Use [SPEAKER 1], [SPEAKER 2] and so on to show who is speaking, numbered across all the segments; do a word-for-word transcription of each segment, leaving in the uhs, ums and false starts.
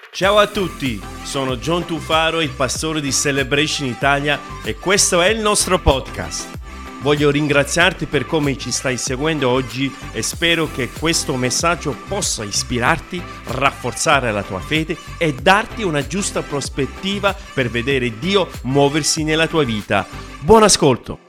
[SPEAKER 1] Ciao a tutti, sono John Tufaro, il pastore di Celebration Italia e questo è il nostro podcast. Voglio ringraziarti per come ci stai seguendo oggi e spero che questo messaggio possa ispirarti, rafforzare la tua fede e darti una giusta prospettiva per vedere Dio muoversi nella tua vita. Buon ascolto!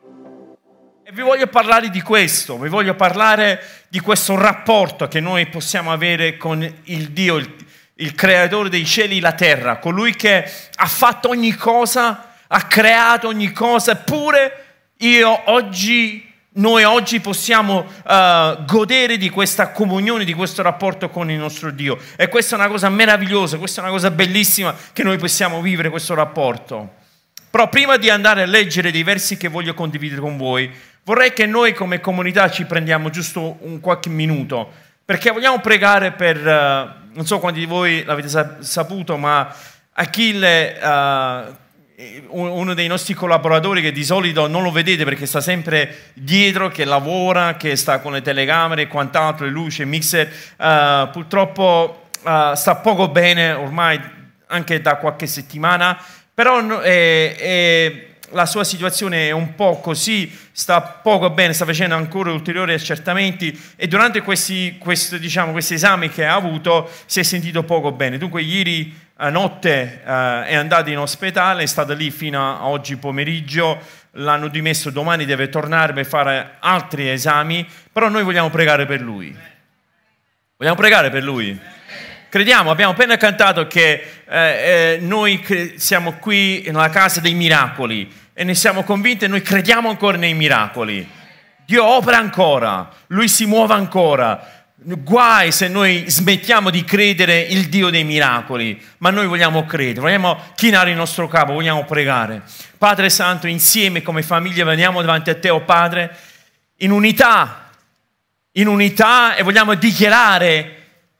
[SPEAKER 2] E vi voglio parlare di questo, vi voglio parlare di questo rapporto che noi possiamo avere con il Dio, il, il creatore dei cieli e la terra, colui che ha fatto ogni cosa, ha creato ogni cosa, eppure io oggi, noi oggi possiamo uh, godere di questa comunione, di questo rapporto con il nostro Dio. E questa è una cosa meravigliosa, questa è una cosa bellissima che noi possiamo vivere questo rapporto. Però prima di andare a leggere dei versi che voglio condividere con voi, vorrei che noi come comunità ci prendiamo giusto un qualche minuto, perché vogliamo pregare per, uh, non so quanti di voi l'avete sa- saputo, ma Achille, uh, uno dei nostri collaboratori che di solito non lo vedete perché sta sempre dietro, che lavora, che sta con le telecamere e quant'altro, le luci, il mixer, uh, purtroppo uh, sta poco bene ormai anche da qualche settimana, però eh, eh, la sua situazione è un po' così, sta poco bene, sta facendo ancora ulteriori accertamenti e durante questi, questo, diciamo, questi esami che ha avuto si è sentito poco bene. Dunque ieri a notte uh, è andato in ospedale, è stato lì fino a oggi pomeriggio, l'hanno dimesso, domani deve tornare per fare altri esami, però noi vogliamo pregare per lui. Vogliamo pregare per lui? Crediamo, abbiamo appena cantato che eh, eh, noi cre- siamo qui nella casa dei miracoli e ne siamo convinti e noi crediamo ancora nei miracoli. Dio opera ancora, Lui si muove ancora. Guai se noi smettiamo di credere il Dio dei miracoli, ma noi vogliamo credere, vogliamo chinare il nostro capo, vogliamo pregare. Padre Santo, insieme come famiglia veniamo davanti a Te, oh Padre, in unità, in unità e vogliamo dichiarare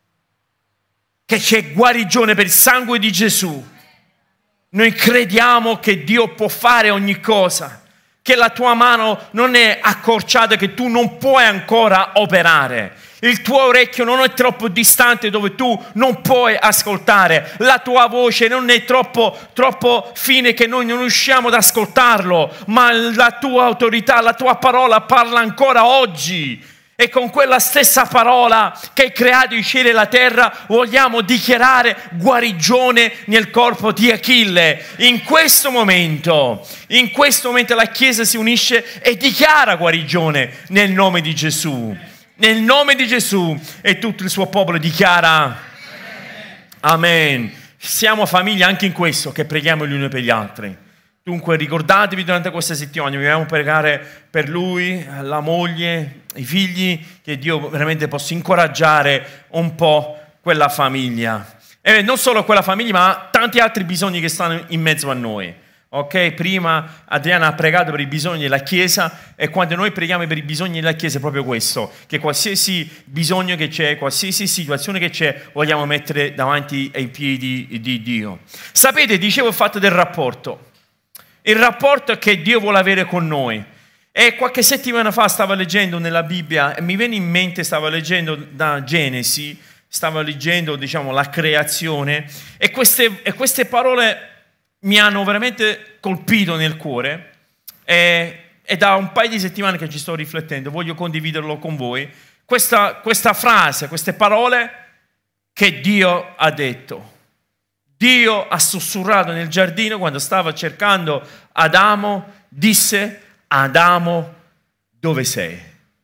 [SPEAKER 2] che c'è guarigione per il sangue di Gesù. Noi crediamo che Dio può fare ogni cosa, che la tua mano non è accorciata, che tu non puoi ancora operare. Il tuo orecchio non è troppo distante dove tu non puoi ascoltare. La tua voce non è troppo, troppo fine che noi non riusciamo ad ascoltarlo, ma la tua autorità, la tua parola parla ancora oggi. E con quella stessa parola che hai creato i cieli e la terra vogliamo dichiarare guarigione nel corpo di Achille. In questo momento, in questo momento la Chiesa si unisce e dichiara guarigione nel nome di Gesù. Nel nome di Gesù e tutto il suo popolo dichiara Amen. Siamo famiglia anche in questo, che preghiamo gli uni per gli altri. Dunque ricordatevi durante questa settimana, dobbiamo pregare per lui, la moglie, i figli, che Dio veramente possa incoraggiare un po' quella famiglia. E non solo quella famiglia, ma tanti altri bisogni che stanno in mezzo a noi. Ok, prima Adriana ha pregato per i bisogni della Chiesa e quando noi preghiamo per i bisogni della Chiesa è proprio questo, che qualsiasi bisogno che c'è, qualsiasi situazione che c'è, vogliamo mettere davanti ai piedi di Dio. Sapete, dicevo il fatto del rapporto. Il rapporto che Dio vuole avere con noi. E qualche settimana fa stavo leggendo nella Bibbia e mi viene in mente, stavo leggendo da Genesi, stavo leggendo, diciamo, la creazione e queste, e queste parole mi hanno veramente colpito nel cuore e, e da un paio di settimane che ci sto riflettendo, voglio condividerlo con voi. Questa, questa frase, queste parole che Dio ha detto. Dio ha sussurrato nel giardino quando stava cercando Adamo, disse: Adamo, dove sei?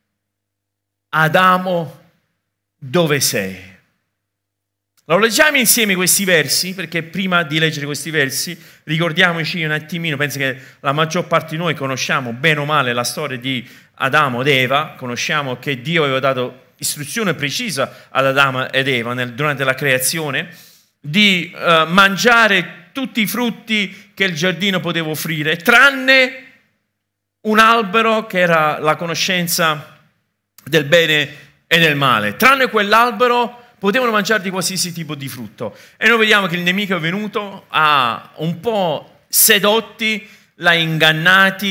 [SPEAKER 2] Adamo, dove sei? Allora leggiamo insieme questi versi, perché prima di leggere questi versi ricordiamoci un attimino, penso che la maggior parte di noi conosciamo bene o male la storia di Adamo ed Eva, conosciamo che Dio aveva dato istruzione precisa ad Adamo ed Eva nel, durante la creazione, di uh, mangiare tutti i frutti che il giardino poteva offrire, tranne un albero che era la conoscenza del bene e del male. Tranne quell'albero potevano mangiare di qualsiasi tipo di frutto. E noi vediamo che il nemico è venuto, ha un po' sedotti, l'ha ingannati,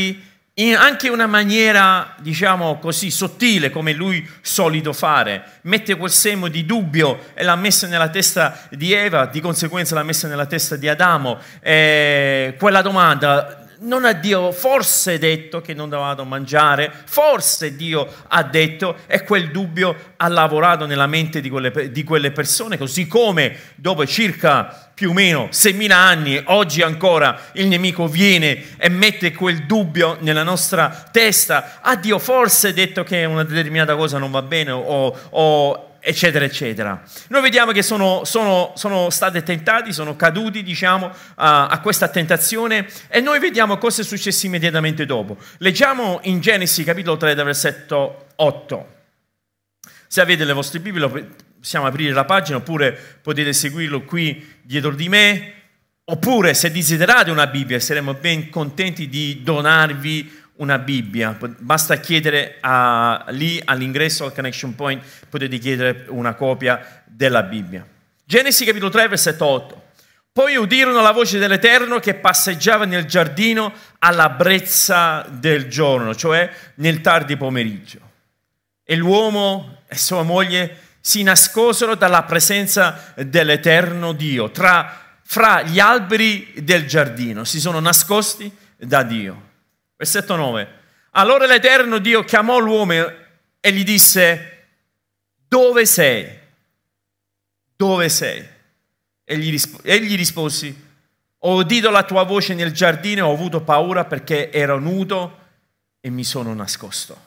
[SPEAKER 2] in anche una maniera, diciamo così, sottile, come lui solito fare. Mette quel semo di dubbio e l'ha messo nella testa di Eva, di conseguenza l'ha messo nella testa di Adamo. E quella domanda... Non ha Dio forse detto che non dovevano mangiare? Forse Dio ha detto, e quel dubbio ha lavorato nella mente di quelle, di quelle persone, così come dopo circa più o meno seimila anni, oggi ancora il nemico viene e mette quel dubbio nella nostra testa. Ha Dio forse detto che una determinata cosa non va bene o... o eccetera eccetera. Noi vediamo che sono, sono, sono stati tentati, sono caduti, diciamo, uh, a questa tentazione, e noi vediamo cosa è successo immediatamente dopo. Leggiamo in Genesi capitolo tre, versetto otto. Se avete le vostre Bibbie possiamo aprire la pagina, oppure potete seguirlo qui dietro di me, oppure se desiderate una Bibbia saremo ben contenti di donarvi una Bibbia. Basta chiedere a, lì all'ingresso al Connection Point, potete chiedere una copia della Bibbia. Genesi capitolo tre, versetto otto. Poi udirono la voce dell'Eterno che passeggiava nel giardino alla brezza del giorno, cioè nel tardi pomeriggio. E l'uomo e sua moglie si nascosero dalla presenza dell'Eterno Dio, tra, fra gli alberi del giardino, si sono nascosti da Dio. Versetto nove. Allora l'Eterno Dio chiamò l'uomo e gli disse: dove sei? Dove sei? E gli, risp- e gli risposi: ho udito la tua voce nel giardino e ho avuto paura perché ero nudo e mi sono nascosto.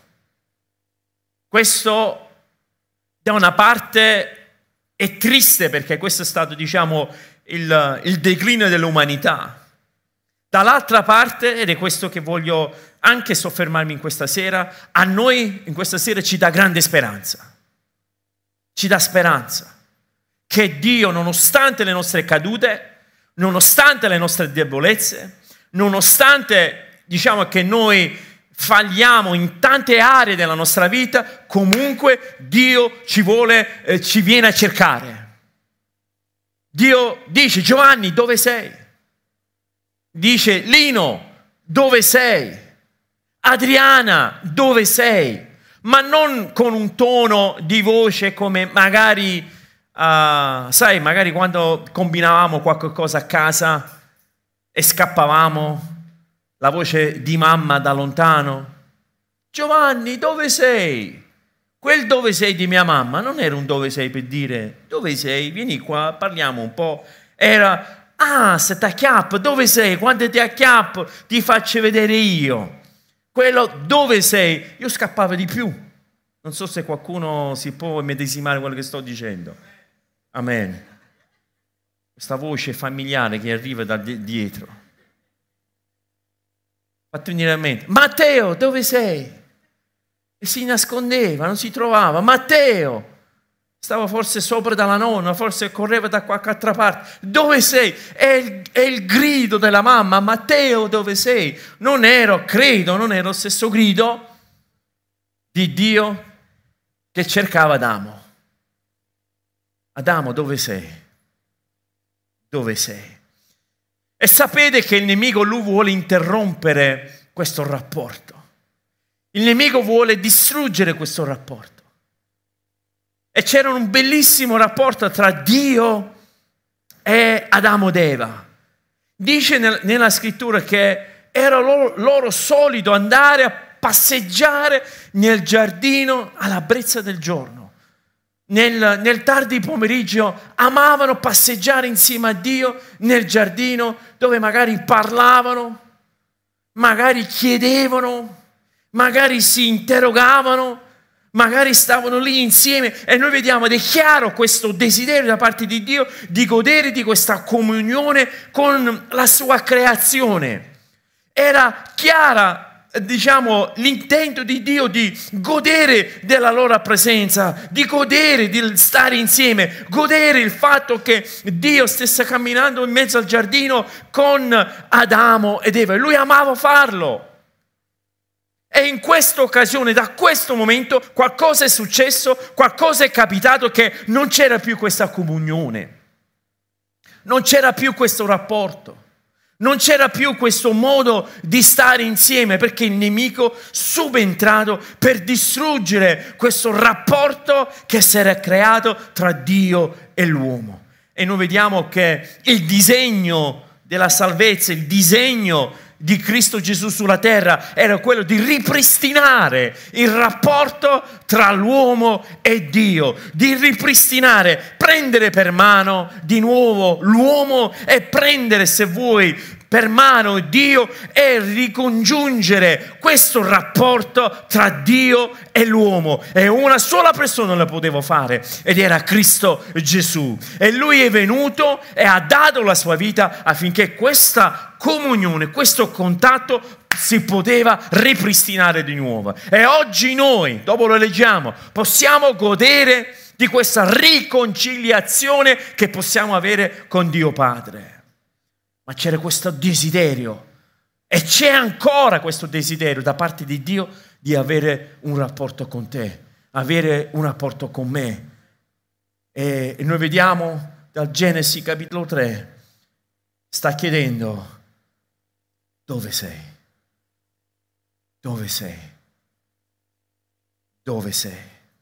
[SPEAKER 2] Questo da una parte è triste, perché questo è stato, diciamo, il, il declino dell'umanità. Dall'altra parte, ed è questo che voglio anche soffermarmi in questa sera, a noi in questa sera ci dà grande speranza. Ci dà speranza che Dio, nonostante le nostre cadute, nonostante le nostre debolezze, nonostante, diciamo, che noi falliamo in tante aree della nostra vita, comunque Dio ci vuole, eh, ci viene a cercare. Dio dice: Giovanni, dove sei? Dice: Lino, dove sei? Adriana, dove sei? Ma non con un tono di voce come magari, uh, sai, magari quando combinavamo qualche cosa a casa e scappavamo, la voce di mamma da lontano. Giovanni, dove sei? Quel dove sei di mia mamma non era un dove sei per dire: dove sei? Vieni qua, parliamo un po'. Era: ah, se ti acchiappo, dove sei? Quando ti acchiappo ti faccio vedere io. Quello dove sei, io scappavo di più. Non so se qualcuno si può immedesimare quello che sto dicendo. Amen. Questa voce familiare che arriva da dietro. Fatti venire a mente: Matteo, dove sei? E si nascondeva, non si trovava. Matteo! Stava forse sopra dalla nonna, forse correva da qualche altra parte. Dove sei? È il, è il grido della mamma: Matteo, dove sei? Non ero, credo, non era lo stesso grido di Dio che cercava Adamo. Adamo, dove sei? Dove sei? E sapete che il nemico, lui vuole interrompere questo rapporto. Il nemico vuole distruggere questo rapporto. E c'era un bellissimo rapporto tra Dio e Adamo ed Eva. Dice nel, nella scrittura che era loro, loro solito andare a passeggiare nel giardino alla brezza del giorno. Nel, nel tardi pomeriggio amavano passeggiare insieme a Dio nel giardino, dove magari parlavano, magari chiedevano, magari si interrogavano, magari stavano lì insieme, e noi vediamo ed è chiaro questo desiderio da parte di Dio di godere di questa comunione con la sua creazione. Era chiara, diciamo, l'intento di Dio di godere della loro presenza, di godere di stare insieme, godere il fatto che Dio stesse camminando in mezzo al giardino con Adamo ed Eva. Lui amava farlo. E in questa occasione, da questo momento, qualcosa è successo, qualcosa è capitato, che non c'era più questa comunione, non c'era più questo rapporto, Non c'era più questo modo di stare insieme perché il nemico subentrato per distruggere questo rapporto che si era creato tra Dio e l'uomo. E noi vediamo che il disegno della salvezza, il disegno di Cristo Gesù sulla terra era quello di ripristinare il rapporto tra l'uomo e Dio, di ripristinare, prendere per mano di nuovo l'uomo e prendere, se vuoi, per mano Dio e ricongiungere questo rapporto tra Dio e l'uomo. E una sola persona lo poteva fare ed era Cristo Gesù. E Lui è venuto e ha dato la sua vita affinché questa comunione, questo contatto si poteva ripristinare di nuovo. E oggi noi, dopo lo leggiamo, possiamo godere di questa riconciliazione che possiamo avere con Dio Padre. Ma c'era questo desiderio e c'è ancora questo desiderio da parte di Dio di avere un rapporto con te, avere un rapporto con me. E noi vediamo dal Genesi capitolo tre, sta chiedendo: dove sei? Dove sei? Dove sei?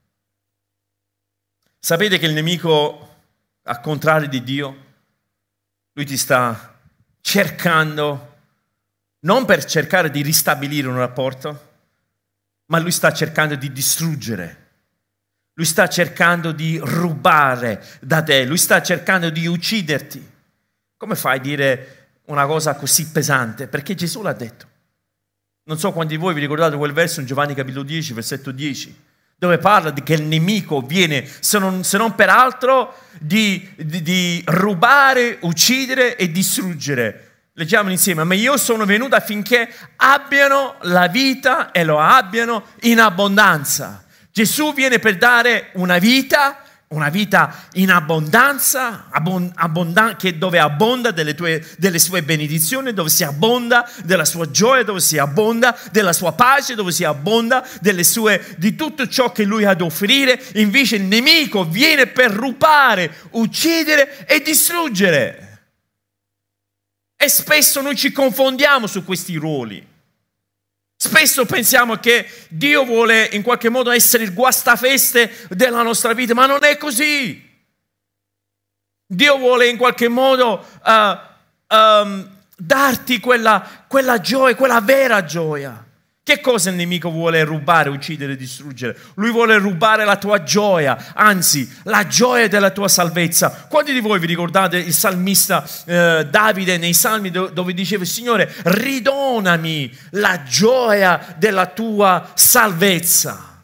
[SPEAKER 2] Sapete che il nemico, al contrario di Dio, lui ti sta cercando, non per cercare di ristabilire un rapporto, ma lui sta cercando di distruggere. Lui sta cercando di rubare da te, lui sta cercando di ucciderti. Come fai a dire una cosa così pesante? Perché Gesù l'ha detto. Non so quanti di voi vi ricordate quel verso in Giovanni capitolo dieci, versetto dieci, dove parla di che il nemico viene, se non, se non per altro, di, di, di rubare, uccidere e distruggere. Leggiamo insieme: ma io sono venuto affinché abbiano la vita e lo abbiano in abbondanza. Gesù viene per dare una vita, una vita in abbondanza, abbon, abbondan- che dove abbonda delle, tue, delle sue benedizioni, dove si abbonda della sua gioia, dove si abbonda della sua pace, dove si abbonda delle sue, di tutto ciò che lui ha da offrire. Invece il nemico viene per rubare, uccidere e distruggere. E spesso noi ci confondiamo su questi ruoli. Spesso pensiamo che Dio vuole in qualche modo essere il guastafeste della nostra vita, ma non è così. Dio vuole in qualche modo uh, um, darti quella, quella gioia, quella vera gioia. Che cosa il nemico vuole rubare, uccidere, distruggere? Lui vuole rubare la tua gioia, anzi la gioia della tua salvezza. Quanti di voi vi ricordate il salmista eh, Davide nei salmi dove diceva: Signore, ridonami la gioia della tua salvezza?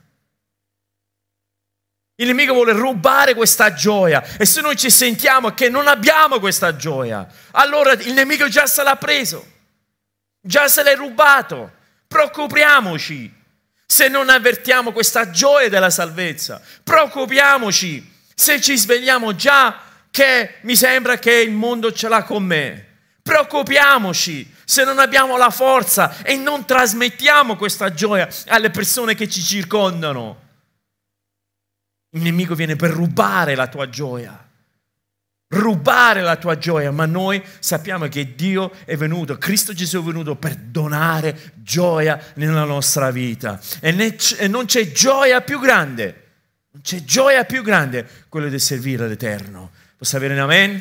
[SPEAKER 2] Il nemico vuole rubare questa gioia e se noi ci sentiamo che non abbiamo questa gioia, allora il nemico già se l'ha preso, già se l'ha rubato. Preoccupiamoci se non avvertiamo questa gioia della salvezza. Preoccupiamoci se ci svegliamo già che mi sembra che il mondo ce l'ha con me. Preoccupiamoci se non abbiamo la forza e non trasmettiamo questa gioia alle persone che ci circondano. Il nemico viene per rubare la tua gioia. Rubare la tua gioia, ma noi sappiamo che Dio è venuto, Cristo Gesù è venuto per donare gioia nella nostra vita e, ne, e non c'è gioia più grande, non c'è gioia più grande quello di servire l'Eterno. Posso avere un amen?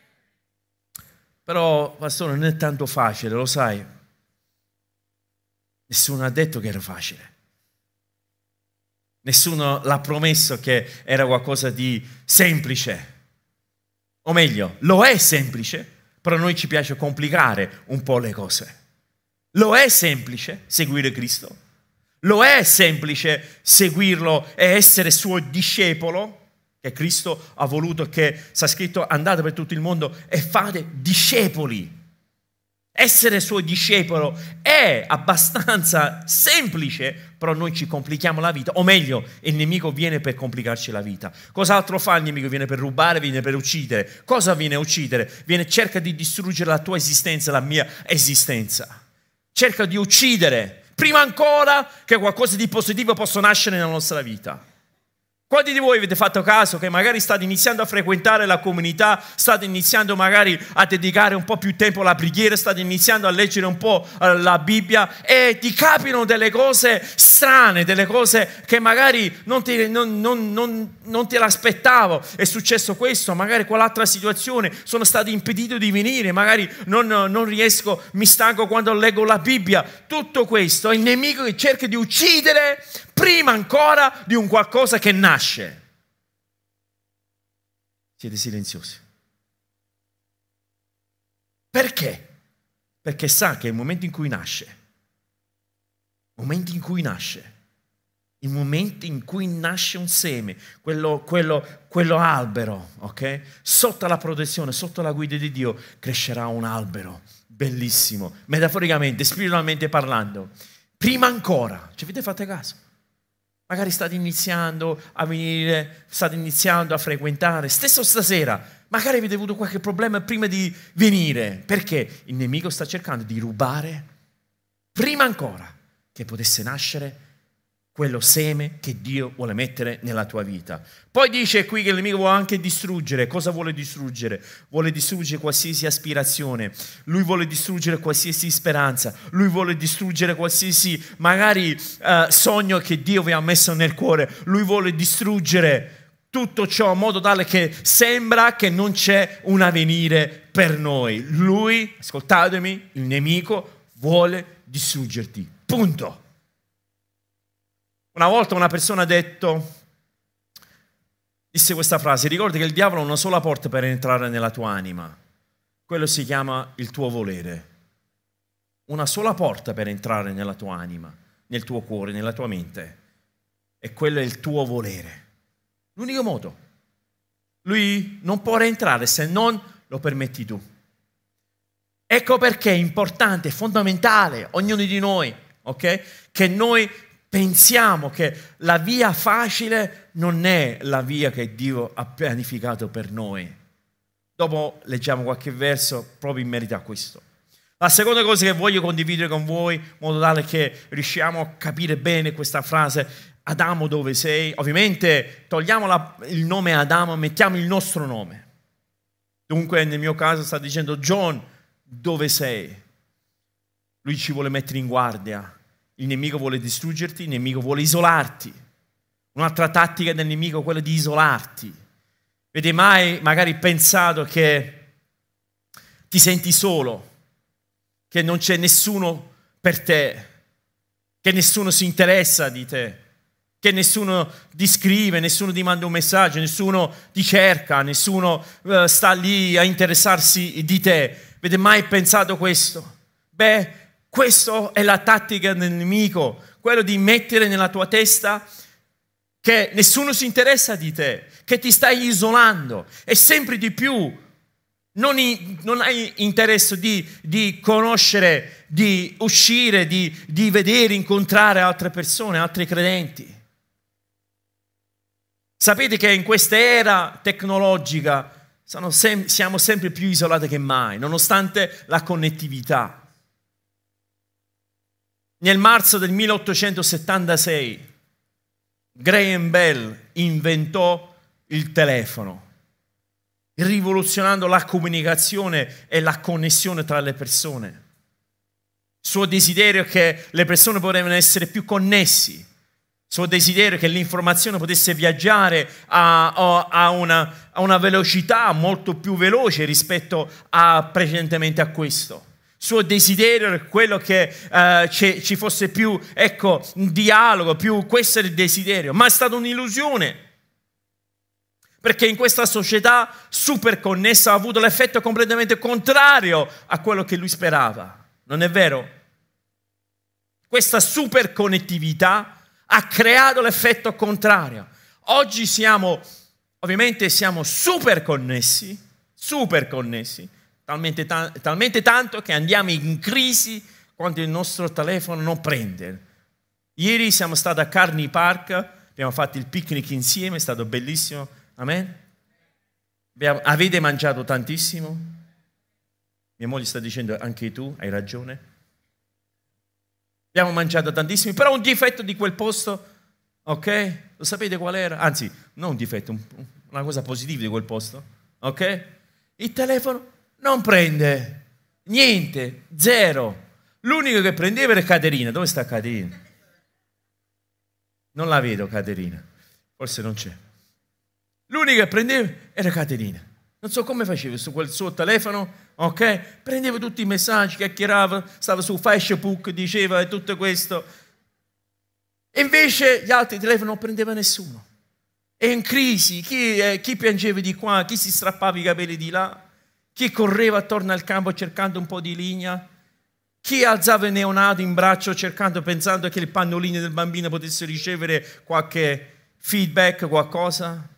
[SPEAKER 2] Però pastore, non è tanto facile, lo sai, nessuno ha detto che era facile, nessuno l'ha promesso che era qualcosa di semplice. O meglio, lo è semplice, però a noi ci piace complicare un po' le cose. Lo è semplice seguire Cristo. Lo è semplice seguirlo e essere suo discepolo, che Cristo ha voluto, che sta scritto: andate per tutto il mondo e fate discepoli. Essere suo discepolo è abbastanza semplice, però noi ci complichiamo la vita, o meglio, il nemico viene per complicarci la vita. Cos'altro fa il nemico? Viene per rubare, viene per uccidere. Cosa viene a uccidere? Viene, cerca di distruggere la tua esistenza, la mia esistenza. Cerca di uccidere, prima ancora che qualcosa di positivo possa nascere nella nostra vita. Quanti di voi avete fatto caso che magari state iniziando a frequentare la comunità, state iniziando magari a dedicare un po' più tempo alla preghiera, state iniziando a leggere un po' la Bibbia e ti capitano delle cose strane, delle cose che magari non te, non, non, non, non te l'aspettavo. È successo questo, magari quell'altra situazione, sono stato impedito di venire, magari non, non riesco, mi stanco quando leggo la Bibbia. Tutto questo è il nemico che cerca di uccidere prima ancora di un qualcosa che nasce. Siete silenziosi. Perché? Perché sa che il momento in cui nasce, il momento in cui nasce, il momento in cui nasce un seme, quello, quello, quello albero, ok? Sotto la protezione, sotto la guida di Dio, crescerà un albero bellissimo, metaforicamente, spiritualmente parlando. Prima ancora, ci avete fatto caso? Magari state iniziando a venire, state iniziando a frequentare. Stesso stasera, magari avete avuto qualche problema prima di venire. Perché il nemico sta cercando di rubare, prima ancora che potesse nascere quello seme che Dio vuole mettere nella tua vita. Poi dice qui che il nemico vuole anche distruggere. Cosa vuole distruggere? Vuole distruggere qualsiasi aspirazione. Lui vuole distruggere qualsiasi speranza. Lui vuole distruggere qualsiasi magari uh, sogno che Dio vi ha messo nel cuore. Lui vuole distruggere tutto ciò in modo tale che sembra che non c'è un avvenire per noi. Lui, ascoltatemi, il nemico vuole distruggerti. Punto. Una volta una persona ha detto, disse questa frase: ricordi che il diavolo ha una sola porta per entrare nella tua anima. Quello si chiama il tuo volere. Una sola porta per entrare nella tua anima, nel tuo cuore, nella tua mente. E quello è il tuo volere. L'unico modo. Lui non può entrare se non lo permetti tu. Ecco perché è importante, è fondamentale, ognuno di noi, ok? Che noi pensiamo che la via facile non è la via che Dio ha pianificato per noi. Dopo leggiamo qualche verso proprio in merito a questo. La seconda cosa che voglio condividere con voi, in modo tale che riusciamo a capire bene questa frase: Adamo, dove sei? Ovviamente togliamo la, il nome Adamo e mettiamo il nostro nome. Dunque nel mio caso sta dicendo: John, dove sei? Lui ci vuole mettere in guardia. Il nemico vuole distruggerti, il nemico vuole isolarti. Un'altra tattica del nemico è quella di isolarti. Avete mai magari pensato che ti senti solo, che non c'è nessuno per te, che nessuno si interessa di te, che nessuno ti scrive, nessuno ti manda un messaggio, nessuno ti cerca, nessuno uh, sta lì a interessarsi di te? Avete mai pensato questo? Beh, questa è la tattica del nemico, quello di mettere nella tua testa che nessuno si interessa di te, che ti stai isolando e sempre di più non, in, non hai interesse di, di conoscere, di uscire, di, di vedere, incontrare altre persone, altri credenti. Sapete che in questa era tecnologica siamo, sem- siamo sempre più isolati che mai, nonostante la connettività. Nel marzo del milleottocentosettantasei Graham Bell inventò il telefono, rivoluzionando la comunicazione e la connessione tra le persone. Il suo desiderio è che le persone potevano essere più connessi, il suo desiderio è che l'informazione potesse viaggiare a, a, a, una, a una velocità molto più veloce rispetto a precedentemente a questo. Il suo desiderio è quello che uh, ci, ci fosse più, ecco, un dialogo, più, questo è il desiderio, ma è stata un'illusione, perché in questa società super connessa ha avuto l'effetto completamente contrario a quello che lui sperava, non è vero? Questa super connettività ha creato l'effetto contrario. Oggi siamo, ovviamente siamo super connessi, super connessi, Talmente, ta- talmente tanto che andiamo in crisi quando il nostro telefono non prende. Ieri siamo stati a Carney Park, abbiamo fatto il picnic insieme, è stato bellissimo. Amen? Abbiamo, avete mangiato tantissimo? Mia moglie sta dicendo anche tu, hai ragione. Abbiamo mangiato tantissimo, però un difetto di quel posto, ok? Lo sapete qual era? Anzi, non un difetto, un, una cosa positiva di quel posto. Ok? Il telefono non prende niente, zero. L'unico che prendeva era Caterina. Dove sta Caterina? Non la vedo Caterina, forse non c'è. L'unico che prendeva era Caterina. Non so come faceva su quel suo telefono, ok? Prendeva tutti i messaggi, chiacchierava, stava su Facebook, diceva e tutto questo. E invece gli altri telefoni non prendeva nessuno. E in crisi, chi, eh, chi piangeva di qua, chi si strappava i capelli di là, chi correva attorno al campo cercando un po' di legna, chi alzava il neonato in braccio cercando, pensando che il pannolino del bambino potesse ricevere qualche feedback, qualcosa.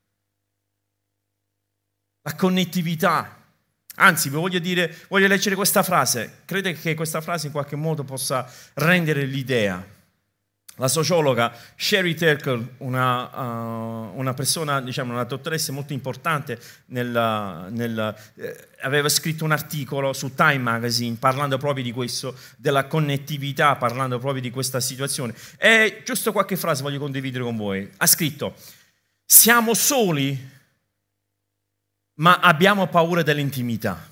[SPEAKER 2] La connettività. Anzi, vi voglio dire, voglio leggere questa frase. Credo che questa frase in qualche modo possa rendere l'idea. La sociologa Sherry Turkle, una, uh, una persona, diciamo, una dottoressa molto importante, nel, nel, eh, aveva scritto un articolo su Time Magazine parlando proprio di questo, della connettività, parlando proprio di questa situazione. E giusto qualche frase voglio condividere con voi. Ha scritto: siamo soli, ma abbiamo paura dell'intimità.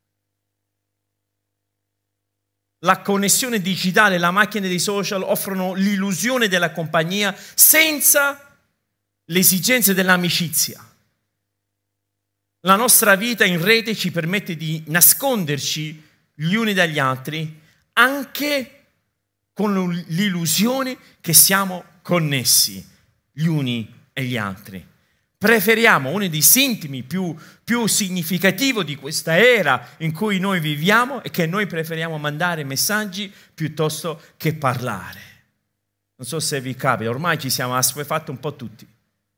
[SPEAKER 2] La connessione digitale e la macchina dei social offrono l'illusione della compagnia senza le esigenze dell'amicizia. La nostra vita in rete ci permette di nasconderci gli uni dagli altri, anche con l'illusione che siamo connessi gli uni e gli altri. Preferiamo, uno dei sintomi più, più significativi di questa era in cui noi viviamo è che noi preferiamo mandare messaggi piuttosto che parlare. Non so se vi capita, ormai ci siamo assuefatti un po' tutti.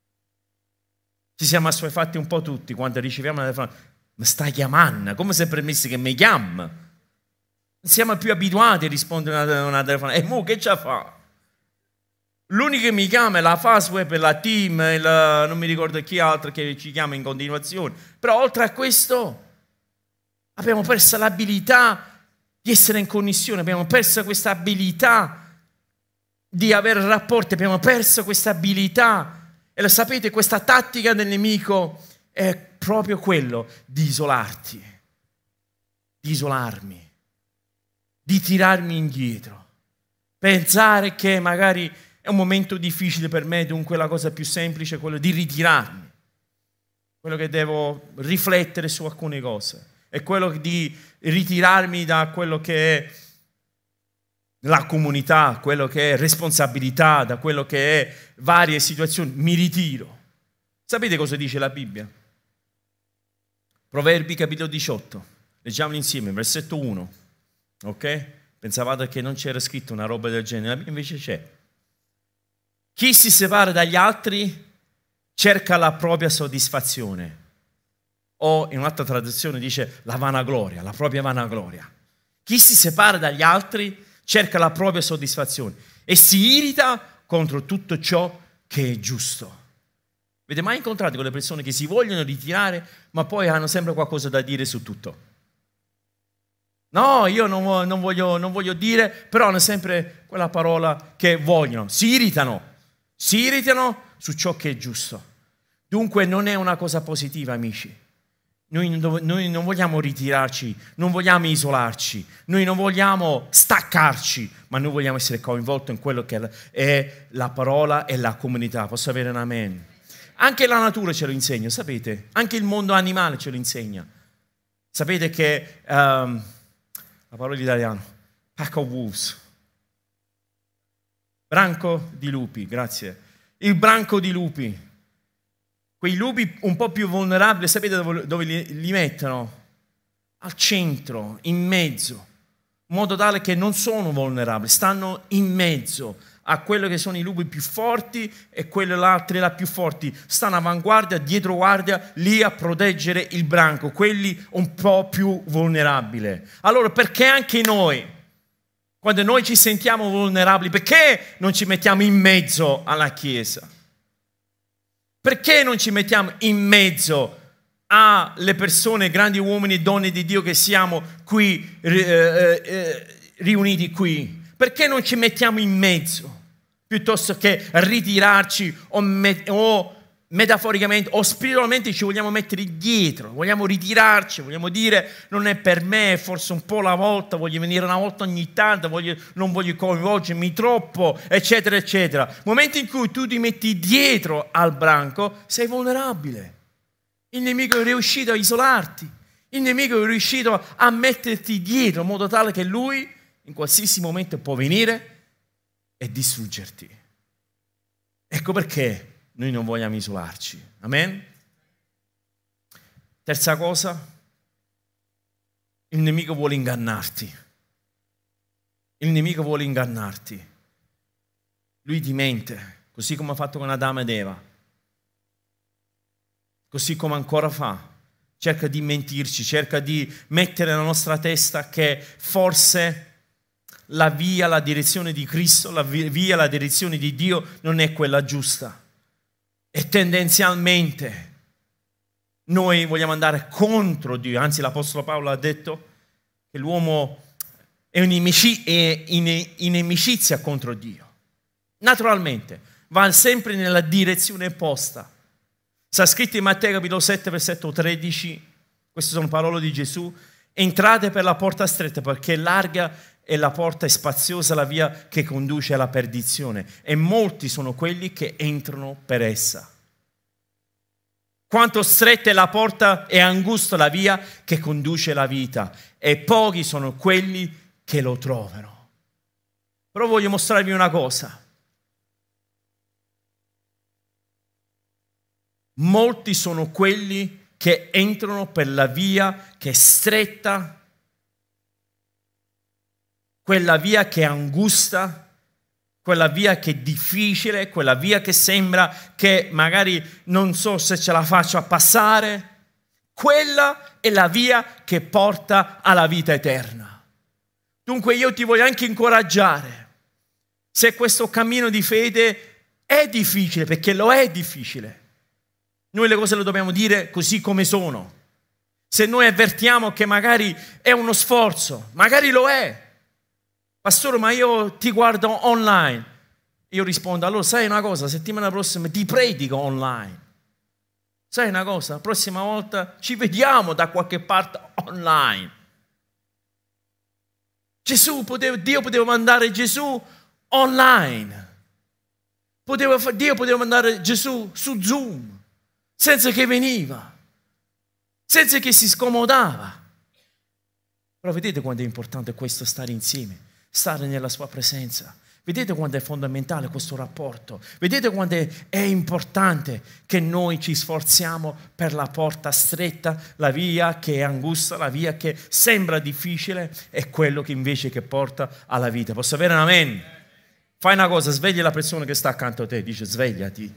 [SPEAKER 2] Ci siamo assuefatti un po' tutti quando riceviamo una telefonata. Mi stai chiamando? Come se permessi che mi chiami? Non siamo più abituati a rispondere a una telefonata. E mo che ce fa? L'unico che mi chiama è la Fastweb, la Team, la, non mi ricordo chi altro che ci chiama in continuazione. Però oltre a questo abbiamo perso l'abilità di essere in connessione, abbiamo perso questa abilità di avere rapporti, abbiamo perso questa abilità. E lo sapete, questa tattica del nemico è proprio quello di isolarti, di isolarmi, di tirarmi indietro, pensare che magari è un momento difficile per me, dunque la cosa più semplice è quello di ritirarmi, quello che devo riflettere su alcune cose, è quello di ritirarmi da quello che è la comunità, quello che è responsabilità, da quello che è varie situazioni, mi ritiro. Sapete cosa dice la Bibbia? Proverbi capitolo diciotto, leggiamolo insieme, versetto uno, ok? Pensavate che non c'era scritto una roba del genere, invece c'è. Chi si separa dagli altri cerca la propria soddisfazione. O in un'altra traduzione dice la vanagloria, la propria vanagloria. Chi si separa dagli altri cerca la propria soddisfazione e si irrita contro tutto ciò che è giusto. Avete mai incontrato quelle persone che si vogliono ritirare ma poi hanno sempre qualcosa da dire su tutto? No, io non, non, voglio, non voglio dire, però hanno sempre quella parola che vogliono. Si irritano. Si irritano su ciò che è giusto. Dunque non è una cosa positiva, amici. Noi, noi non vogliamo ritirarci, non vogliamo isolarci, noi non vogliamo staccarci, ma noi vogliamo essere coinvolti in quello che è la parola e la comunità. Posso avere un amen? Anche la natura ce lo insegna, sapete? Anche il mondo animale ce lo insegna. Sapete che, um, la parola in italiano, pack of wolves. Branco di lupi, grazie. Il branco di lupi. Quei lupi un po' più vulnerabili, sapete dove, dove li, li mettono? Al centro, in mezzo, in modo tale che non sono vulnerabili, stanno in mezzo a quello che sono i lupi più forti e quelle altre là più forti. Stanno avanguardia, dietro guardia, lì a proteggere il branco, quelli un po' più vulnerabili. Allora perché anche noi, quando noi ci sentiamo vulnerabili, perché non ci mettiamo in mezzo alla Chiesa? Perché non ci mettiamo in mezzo alle persone, grandi uomini e donne di Dio che siamo qui, eh, eh, riuniti qui? Perché non ci mettiamo in mezzo? piuttosto che ritirarci o, me- o metaforicamente o spiritualmente ci vogliamo mettere dietro, vogliamo ritirarci, vogliamo dire non è per me, forse un po' la volta, voglio venire una volta ogni tanto, voglio, non voglio coinvolgermi troppo, eccetera, eccetera. Momento in cui tu ti metti dietro al branco, sei vulnerabile. Il nemico è riuscito a isolarti, il nemico è riuscito a metterti dietro in modo tale che lui in qualsiasi momento può venire e distruggerti. Ecco perché noi non vogliamo isolarci. Amen? Terza cosa, il nemico vuole ingannarti. Il nemico vuole ingannarti. Lui ti mente, così come ha fatto con Adamo ed Eva. Così come ancora fa. Cerca di mentirci, cerca di mettere nella nostra testa che forse la via, la direzione di Cristo, la via, la direzione di Dio non è quella giusta. E tendenzialmente noi vogliamo andare contro Dio. Anzi, l'Apostolo Paolo ha detto che l'uomo è in inimicizia contro Dio. Naturalmente, va sempre nella direzione opposta. Sta scritto in Matteo capitolo sette, versetto tredici, queste sono parole di Gesù: entrate per la porta stretta, perché larga e la porta è spaziosa, la via che conduce alla perdizione, e molti sono quelli che entrano per essa. Quanto stretta è la porta e angusta la via che conduce alla vita, e pochi sono quelli che lo trovano. Però voglio mostrarvi una cosa. Molti sono quelli che entrano per la via che è stretta, quella via che è angusta, quella via che è difficile, quella via che sembra che magari non so se ce la faccio a passare. Quella è la via che porta alla vita eterna. Dunque io ti voglio anche incoraggiare. Se questo cammino di fede è difficile, perché lo è difficile, noi le cose le dobbiamo dire così come sono. Se noi avvertiamo che magari è uno sforzo, magari lo è. Pastore, ma io ti guardo online. Io rispondo, allora sai una cosa, settimana prossima ti predico online. Sai una cosa, la prossima volta ci vediamo da qualche parte online. Gesù poteva, Dio poteva mandare Gesù online. Poteva, Dio poteva mandare Gesù su Zoom, senza che veniva, senza che si scomodava. Però vedete quanto è importante questo, stare insieme, stare nella sua presenza. Vedete quanto è fondamentale questo rapporto. Vedete quanto è, è importante che noi ci sforziamo per la porta stretta, la via che è angusta, la via che sembra difficile, è quello che invece che porta alla vita. Posso avere un amen? Fai una cosa, sveglia la persona che sta accanto a te, dice svegliati.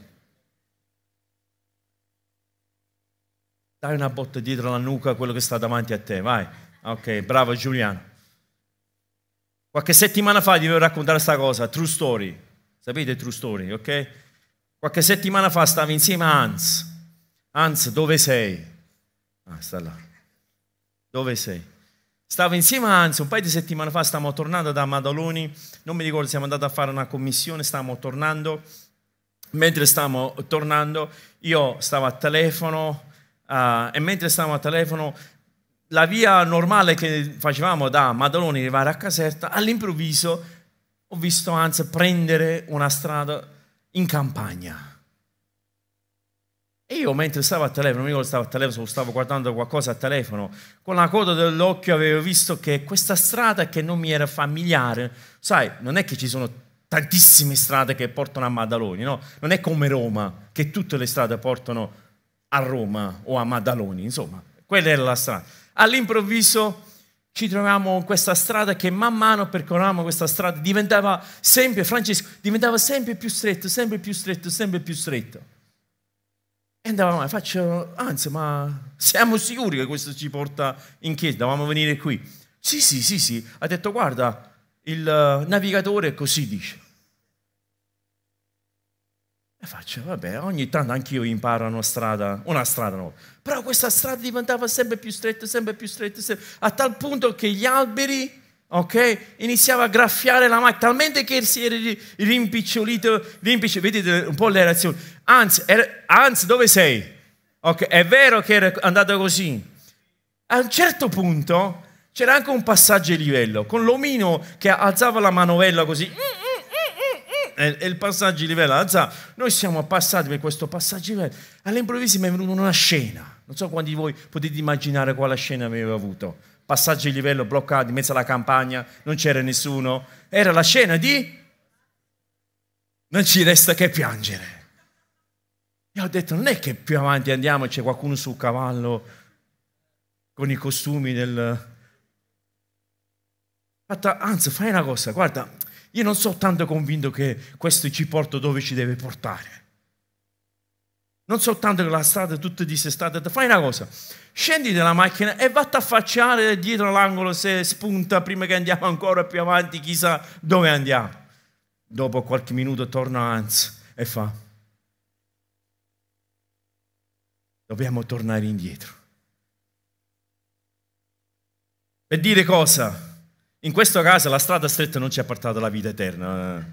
[SPEAKER 2] Dai una botta dietro la nuca a quello che sta davanti a te, vai. Ok, bravo Giuliano. Qualche settimana fa ti devo raccontare questa cosa, true story. Sapete true story, ok? Qualche settimana fa stavo insieme a Hans. Hans, dove sei? Ah, sta là. Dove sei? Stavo insieme a Hans, un paio di settimane fa stavamo tornando da Maddaloni, non mi ricordo, siamo andati a fare una commissione, stavamo tornando. Mentre stavamo tornando, io stavo a telefono, uh, e mentre stavamo a telefono, la via normale che facevamo da Maddaloni arrivare a Caserta, all'improvviso ho visto Hans prendere una strada in campagna. E io mentre stavo a telefono, io stavo a telefono, stavo guardando qualcosa a telefono, con la coda dell'occhio avevo visto che questa strada che non mi era familiare, sai, non è che ci sono tantissime strade che portano a Maddaloni, no? Non è come Roma, che tutte le strade portano a Roma o a Maddaloni, insomma, quella era la strada. All'improvviso ci troviamo in questa strada che man mano percorrevamo questa strada diventava sempre, Francesco, diventava sempre più stretto, sempre più stretto, sempre più stretto. E andavamo, faccio, anzi, ma siamo sicuri che questo ci porta in chiesa? Dovevamo venire qui. Sì, sì, sì, sì. Ha detto, guarda, il navigatore così dice. E faccio, vabbè, ogni tanto anch'io imparo una strada, una strada nuova. Però questa strada diventava sempre più stretta, sempre più stretta, sempre, a tal punto che gli alberi ok? Iniziava a graffiare la macchina, talmente che si era rimpicciolito, rimpicciolito, vedete un po' le reazioni. Hans, er, Hans, dove sei? Ok, è vero che era andato così. A un certo punto c'era anche un passaggio di livello, con l'omino che alzava la manovella così, e il passaggio di livello alzava. Noi siamo passati per questo passaggio di livello, all'improvviso mi è venuta una scena, non so quanti di voi potete immaginare quale scena aveva avuto. Passaggio di livello bloccato in mezzo alla campagna, non c'era nessuno, era la scena di non ci resta che piangere. Io ho detto, non è che più avanti andiamo e c'è qualcuno sul cavallo con i costumi del... Anzi, fai una cosa, guarda, io non sono tanto convinto che questo ci porta dove ci deve portare. Non soltanto che la strada è tutta dissestata, fai una cosa, scendi dalla macchina e vatti a affacciare dietro l'angolo se spunta prima che andiamo ancora più avanti, chissà dove andiamo. Dopo qualche minuto torna Hans e fa, dobbiamo tornare indietro. Per dire cosa? In questo caso la strada stretta non ci ha portato alla vita eterna.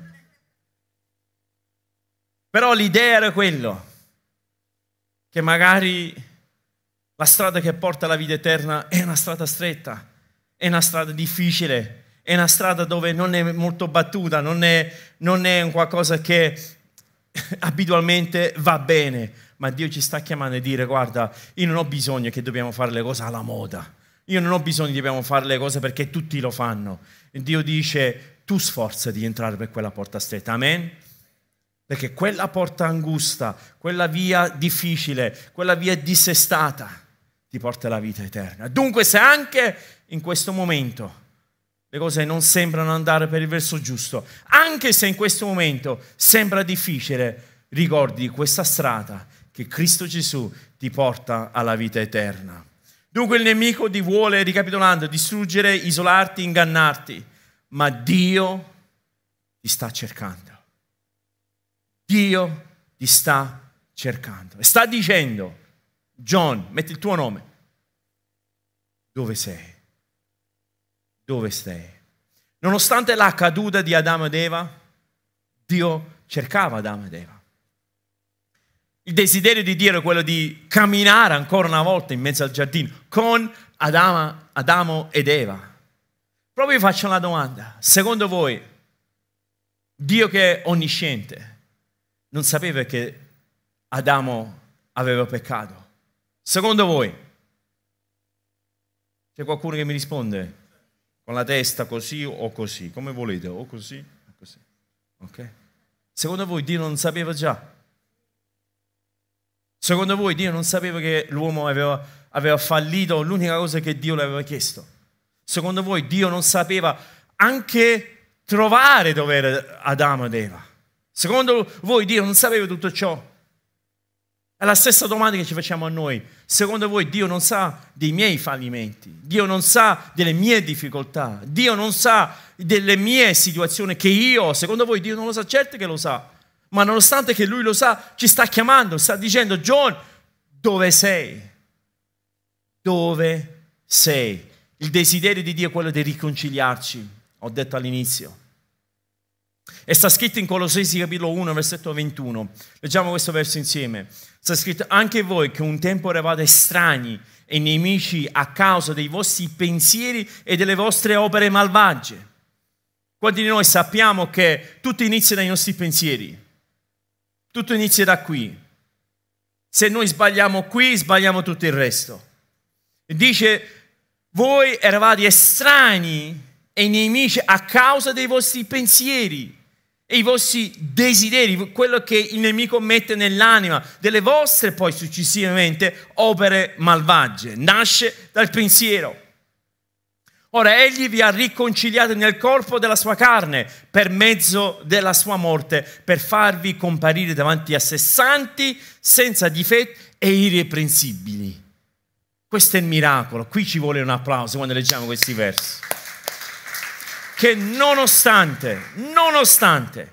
[SPEAKER 2] Però l'idea era quello, che magari la strada che porta alla vita eterna è una strada stretta, è una strada difficile, è una strada dove non è molto battuta, non è, non è un qualcosa che abitualmente va bene, ma Dio ci sta chiamando a dire, guarda, io non ho bisogno che dobbiamo fare le cose alla moda, io non ho bisogno che dobbiamo fare le cose perché tutti lo fanno. E Dio dice, tu sforzati di entrare per quella porta stretta, amen? Perché quella porta angusta, quella via difficile, quella via dissestata ti porta alla vita eterna. Dunque se anche in questo momento le cose non sembrano andare per il verso giusto, anche se in questo momento sembra difficile, ricordi questa strada che Cristo Gesù ti porta alla vita eterna. Dunque il nemico ti vuole, ricapitolando, distruggere, isolarti, ingannarti, ma Dio ti sta cercando. Dio ti sta cercando e sta dicendo, John, metti il tuo nome, dove sei? Dove sei? Nonostante la caduta di Adamo ed Eva, Dio cercava Adamo ed Eva. Il desiderio di Dio era quello di camminare ancora una volta in mezzo al giardino con Adamo, Adamo ed Eva. Proprio vi faccio una domanda, secondo voi, Dio che è onnisciente, non sapeva che Adamo aveva peccato? Secondo voi? C'è qualcuno che mi risponde? Con la testa così o così? Come volete? O così o così. Ok? Secondo voi Dio non sapeva già? Secondo voi Dio non sapeva che l'uomo aveva, aveva fallito l'unica cosa che Dio le aveva chiesto? Secondo voi Dio non sapeva anche trovare dove era Adamo ed Eva? Secondo voi Dio non sapeva tutto ciò? È la stessa domanda che ci facciamo a noi. Secondo voi Dio non sa dei miei fallimenti? Dio non sa delle mie difficoltà? Dio non sa delle mie situazioni che io ho? Secondo voi Dio non lo sa? Certo che lo sa. Ma nonostante che Lui lo sa, ci sta chiamando, sta dicendo, John, dove sei? Dove sei? Il desiderio di Dio è quello di riconciliarci, ho detto all'inizio. E sta scritto in Colossesi capitolo uno, versetto ventuno. Leggiamo questo verso insieme. Sta scritto, anche voi che un tempo eravate estranei e nemici a causa dei vostri pensieri e delle vostre opere malvagie. Quanti di noi sappiamo che tutto inizia dai nostri pensieri? Tutto inizia da qui. Se noi sbagliamo qui, sbagliamo tutto il resto. E dice, voi eravate estranei e nemici a causa dei vostri pensieri e i vostri desideri, quello che il nemico mette nell'anima, delle vostre poi successivamente opere malvagie. Nasce dal pensiero. Ora egli vi ha riconciliati nel corpo della sua carne per mezzo della sua morte, per farvi comparire davanti a sé santi, senza difetto e irreprensibili. Questo è il miracolo. Qui ci vuole un applauso quando leggiamo questi versi. Che nonostante, nonostante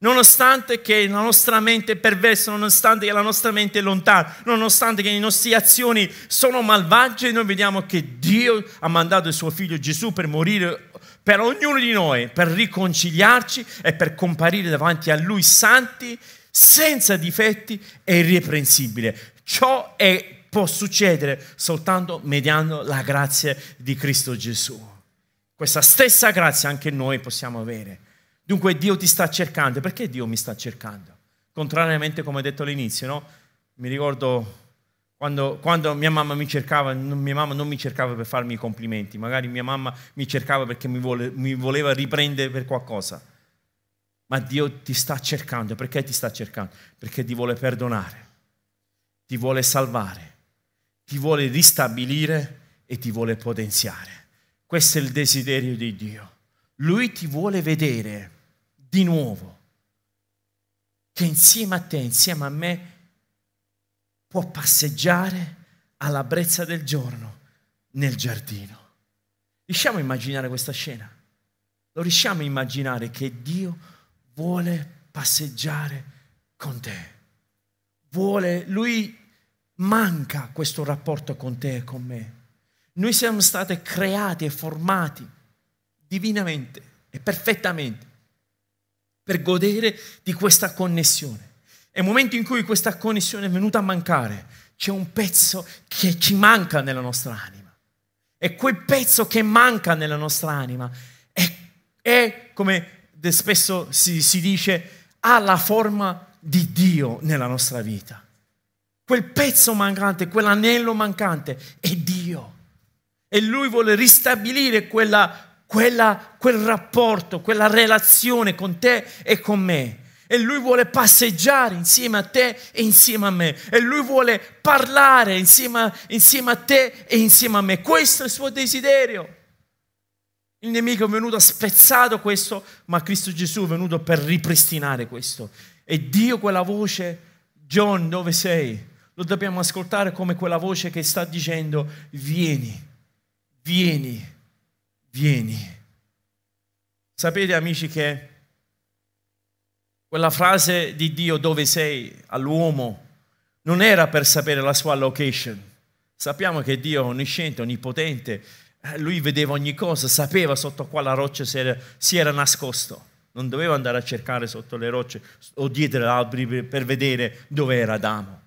[SPEAKER 2] Nonostante che la nostra mente è perversa, nonostante che la nostra mente è lontana, nonostante che le nostre azioni sono malvagie, noi vediamo che Dio ha mandato il suo figlio Gesù per morire per ognuno di noi, per riconciliarci e per comparire davanti a Lui santi, senza difetti e irreprensibili. Ciò è, può succedere soltanto mediante la grazia di Cristo Gesù. Questa stessa grazia anche noi possiamo avere. Dunque Dio ti sta cercando. Perché Dio mi sta cercando? Contrariamente come ho detto all'inizio, no? Mi ricordo quando, quando mia mamma mi cercava, mia mamma non mi cercava per farmi i complimenti, magari mia mamma mi cercava perché mi, vole, mi voleva riprendere per qualcosa. Ma Dio ti sta cercando. Perché ti sta cercando? Perché ti vuole perdonare, ti vuole salvare, ti vuole ristabilire e ti vuole potenziare. Questo è il desiderio di Dio. Lui ti vuole vedere di nuovo, che insieme a te, insieme a me, può passeggiare alla brezza del giorno nel giardino. Riusciamo a immaginare questa scena? Lo riusciamo a immaginare che Dio vuole passeggiare con te? Vuole, Lui manca questo rapporto con te e con me. Noi siamo stati creati e formati divinamente e perfettamente per godere di questa connessione. E nel momento in cui questa connessione è venuta a mancare, c'è un pezzo che ci manca nella nostra anima. E quel pezzo che manca nella nostra anima è, è come spesso si, si dice, ha la forma di Dio nella nostra vita. Quel pezzo mancante, quell'anello mancante è Dio. E Lui vuole ristabilire quella Quella, quel rapporto, quella relazione con te e con me. E Lui vuole passeggiare insieme a te e insieme a me. E Lui vuole parlare insieme a, insieme a te e insieme a me. Questo è il suo desiderio. Il nemico è venuto, ha spezzato questo, ma Cristo Gesù è venuto per ripristinare questo. E Dio, quella voce, John, dove sei? Lo dobbiamo ascoltare come quella voce che sta dicendo, vieni, vieni. Vieni. Sapete, amici, che quella frase di Dio, dove sei, all'uomo, non era per sapere la sua location. Sappiamo che Dio è onnisciente, onnipotente, Lui vedeva ogni cosa, sapeva sotto quale roccia si era, si era nascosto. Non doveva andare a cercare sotto le rocce o dietro gli alberi per vedere dove era Adamo.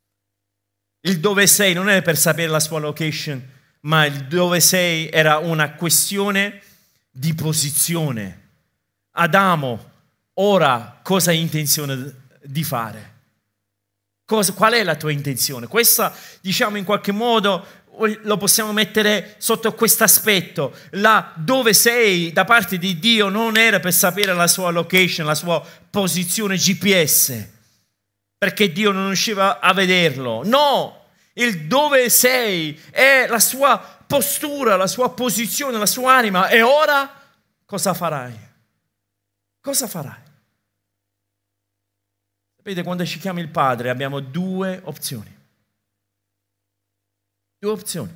[SPEAKER 2] Il dove sei non era per sapere la sua location, ma il dove sei era una questione di posizione. Adamo, ora cosa hai intenzione di fare? Cosa, qual è la tua intenzione? Questa, diciamo, in qualche modo lo possiamo mettere sotto questo aspetto. La dove sei da parte di Dio non era per sapere la sua location, la sua posizione G P S, perché Dio non riusciva a vederlo. No! Il dove sei è la sua postura, la sua posizione, la sua anima. E ora cosa farai? Cosa farai? Sapete, quando ci chiama il Padre abbiamo due opzioni. Due opzioni.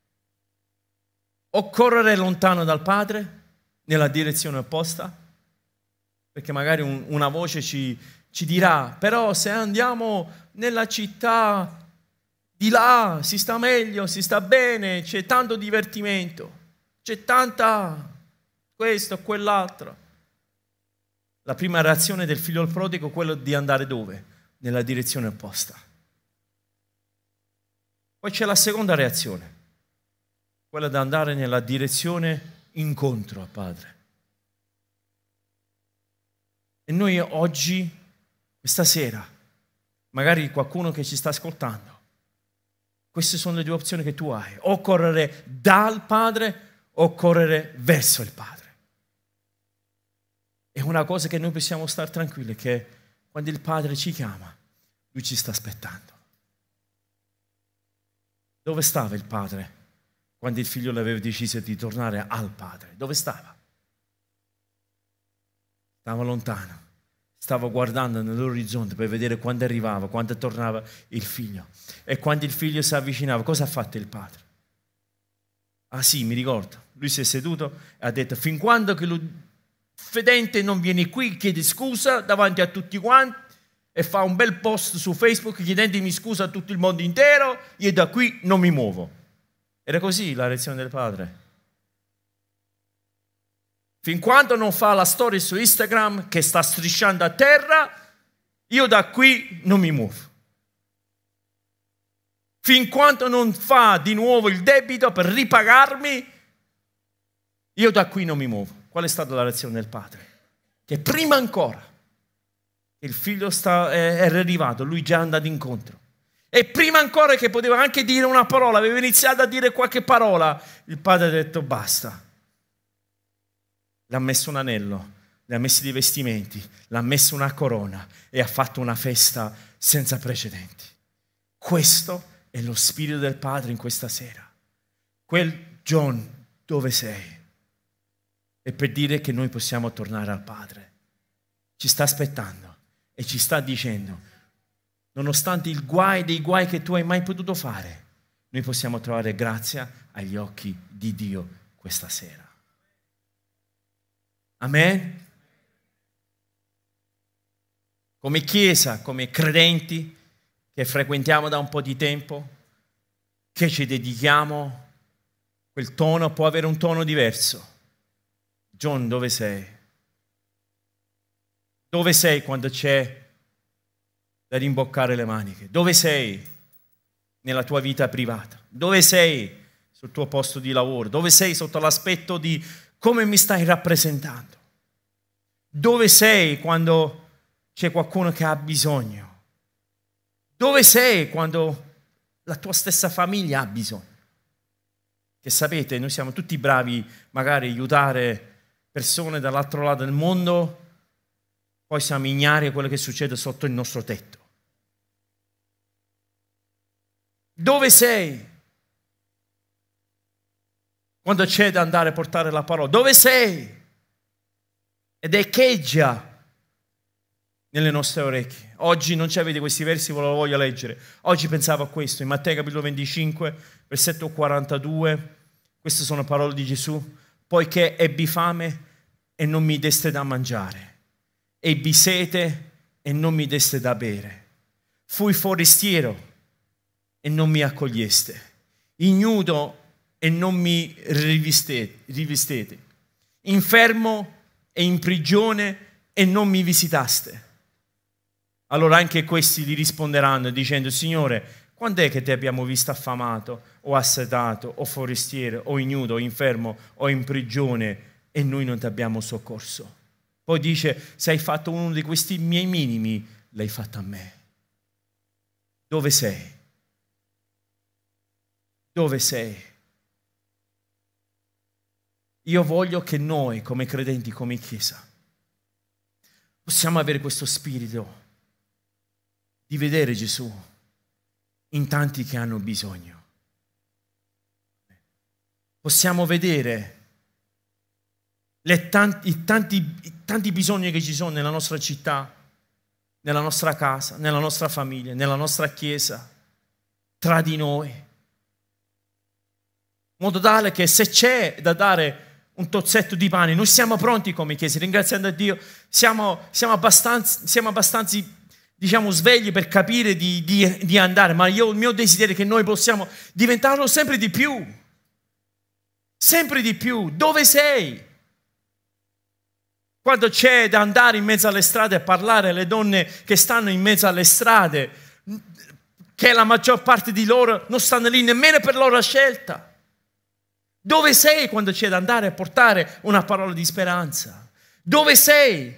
[SPEAKER 2] O correre lontano dal Padre, nella direzione opposta, perché magari un, una voce ci, ci dirà, però se andiamo nella città di là si sta meglio, si sta bene, c'è tanto divertimento, c'è tanta questo, quell'altro. La prima reazione del figlio prodigo è quella di andare dove? Nella direzione opposta. Poi c'è la seconda reazione, quella di andare nella direzione incontro al Padre. E noi oggi, questa sera, magari qualcuno che ci sta ascoltando, queste sono le due opzioni che tu hai, o correre dal Padre o correre verso il Padre. È una cosa che noi possiamo stare tranquilli, che quando il Padre ci chiama, Lui ci sta aspettando. Dove stava il Padre quando il figlio aveva deciso di tornare al Padre? Dove stava? Stava lontano. Stava guardando nell'orizzonte per vedere quando arrivava, quando tornava il figlio. E quando il figlio si avvicinava, cosa ha fatto il padre? Ah sì, mi ricordo. Lui si è seduto e ha detto, fin quando che lui fedente non viene qui, chiede scusa davanti a tutti quanti e fa un bel post su Facebook chiedendomi scusa a tutto il mondo intero, io da qui non mi muovo. Era così la reazione del padre. Fin quando non fa la storia su Instagram che sta strisciando a terra, io da qui non mi muovo. Fin quando non fa di nuovo il debito per ripagarmi, io da qui non mi muovo. Qual è stata la reazione del padre? Che prima ancora che il figlio sta, eh, era arrivato, lui già è andato incontro. E prima ancora che poteva anche dire una parola, aveva iniziato a dire qualche parola, il padre ha detto basta. Le ha messo un anello, le ha messo dei vestimenti, le ha messo una corona e ha fatto una festa senza precedenti. Questo è lo spirito del Padre in questa sera. Quel John, dove sei? È per dire che noi possiamo tornare al Padre. Ci sta aspettando e ci sta dicendo, nonostante il guai dei guai che tu hai mai potuto fare, noi possiamo trovare grazia agli occhi di Dio questa sera. Amen? Come Chiesa, come credenti che frequentiamo da un po' di tempo, che ci dedichiamo, quel tono può avere un tono diverso. John, dove sei? Dove sei quando c'è da rimboccare le maniche? Dove sei nella tua vita privata? Dove sei sul tuo posto di lavoro? Dove sei sotto l'aspetto di come mi stai rappresentando? Dove sei quando c'è qualcuno che ha bisogno? Dove sei quando la tua stessa famiglia ha bisogno? Che sapete, noi siamo tutti bravi magari a aiutare persone dall'altro lato del mondo, poi siamo ignari di quello che succede sotto il nostro tetto. Dove sei quando c'è da andare a portare la parola? Dove sei? Ed echeggia nelle nostre orecchie. Oggi non c'avete questi versi, ve lo voglio leggere. Oggi pensavo a questo, in Matteo capitolo venticinque, versetto quarantadue, queste sono parole di Gesù. Poiché ebbi fame e non mi deste da mangiare, ebbi sete e non mi deste da bere, fui forestiero e non mi accoglieste, ignudo e non mi rivistete, rivistete, infermo e in prigione e non mi visitaste. Allora anche questi gli risponderanno dicendo, Signore, quando è che ti abbiamo visto affamato o assetato o forestiero o ignudo o infermo o in prigione e noi non ti abbiamo soccorso? Poi dice, se hai fatto uno di questi miei minimi, l'hai fatto a me. Dove sei? Dove sei? Io voglio che noi come credenti, come Chiesa, possiamo avere questo spirito di vedere Gesù in tanti che hanno bisogno. Possiamo vedere le tanti, i, tanti, i tanti bisogni che ci sono nella nostra città, nella nostra casa, nella nostra famiglia, nella nostra chiesa, tra di noi. In modo tale che se c'è da dare un tozzetto di pane, noi siamo pronti come chiesa, ringraziando a Dio, siamo, siamo abbastanza, siamo abbastanza diciamo svegli per capire di, di, di andare, ma io il mio desiderio è che noi possiamo diventarlo sempre di più, sempre di più. Dove sei? Quando c'è da andare in mezzo alle strade a parlare alle donne che stanno in mezzo alle strade, che la maggior parte di loro non stanno lì nemmeno per loro scelta. Dove sei quando c'è da andare a portare una parola di speranza? Dove sei?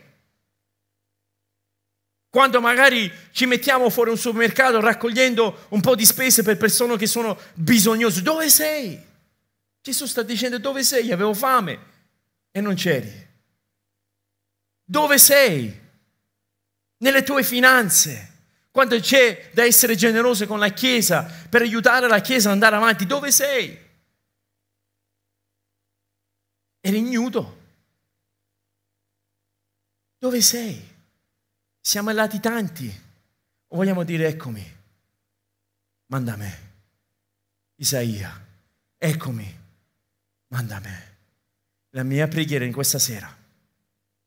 [SPEAKER 2] Quando magari ci mettiamo fuori un supermercato raccogliendo un po' di spese per persone che sono bisognose. Dove sei? Gesù sta dicendo dove sei? Avevo fame e non c'eri. Dove sei? Nelle tue finanze. Quando c'è da essere generoso con la Chiesa per aiutare la Chiesa ad andare avanti. Dove sei? Eri ignudo. Dove sei? Siamo allati tanti, o vogliamo dire eccomi, manda me. Isaia, eccomi, manda me. La mia preghiera in questa sera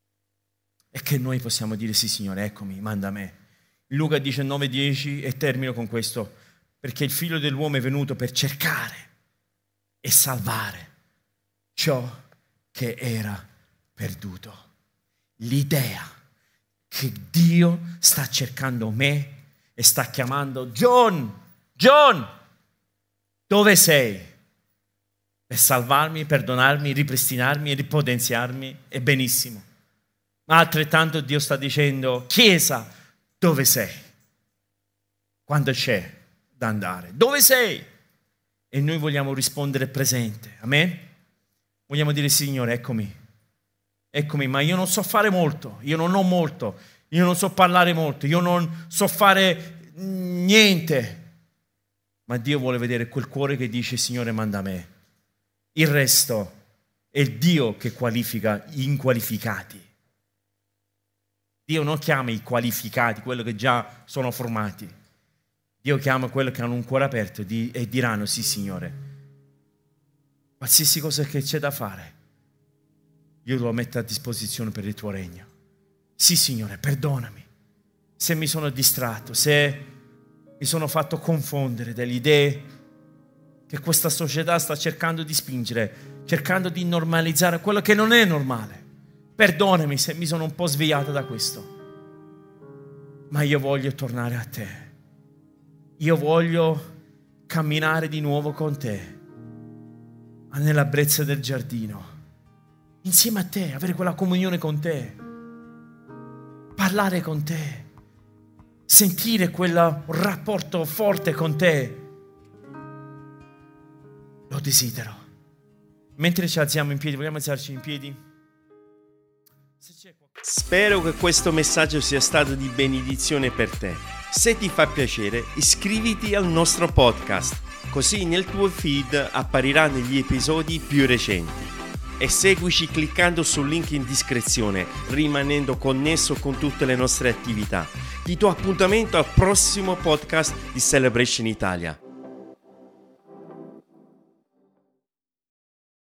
[SPEAKER 2] e che noi possiamo dire sì Signore, eccomi, manda me. Luca diciannove dieci, e termino con questo, perché il figlio dell'uomo è venuto per cercare e salvare ciò che era perduto. L'idea che Dio sta cercando me e sta chiamando John, John, dove sei? Per salvarmi, perdonarmi, ripristinarmi e ripotenziarmi, è benissimo. Ma altrettanto Dio sta dicendo, Chiesa, dove sei? Quando c'è da andare? Dove sei? E noi vogliamo rispondere presente, amen? Vogliamo dire, Signore, eccomi, eccomi, ma io non so fare molto, io non ho molto, io non so parlare molto, io non so fare niente. Ma Dio vuole vedere quel cuore che dice, Signore, manda me. Il resto è il Dio che qualifica gli inqualificati. Dio non chiama i qualificati, quelli che già sono formati. Dio chiama quelli che hanno un cuore aperto e diranno, sì Signore, qualsiasi cosa che c'è da fare, io lo metto a disposizione per il tuo regno. Sì Signore, perdonami se mi sono distratto, se mi sono fatto confondere delle idee che questa società sta cercando di spingere, cercando di normalizzare quello che non è normale. Perdonami se mi sono un po' sviato da questo, ma io voglio tornare a te. Io voglio camminare di nuovo con te nella brezza del giardino, insieme a te, avere quella comunione con te, parlare con te, sentire quel rapporto forte con te. Lo desidero. Mentre ci alziamo in piedi, vogliamo alzarci in piedi?
[SPEAKER 1] Spero che questo messaggio sia stato di benedizione per te. Se ti fa piacere, iscriviti al nostro podcast, così nel tuo feed appariranno gli episodi più recenti. E seguici cliccando sul link in descrizione, rimanendo connesso con tutte le nostre attività. Ti do appuntamento al prossimo podcast di Celebration Italia.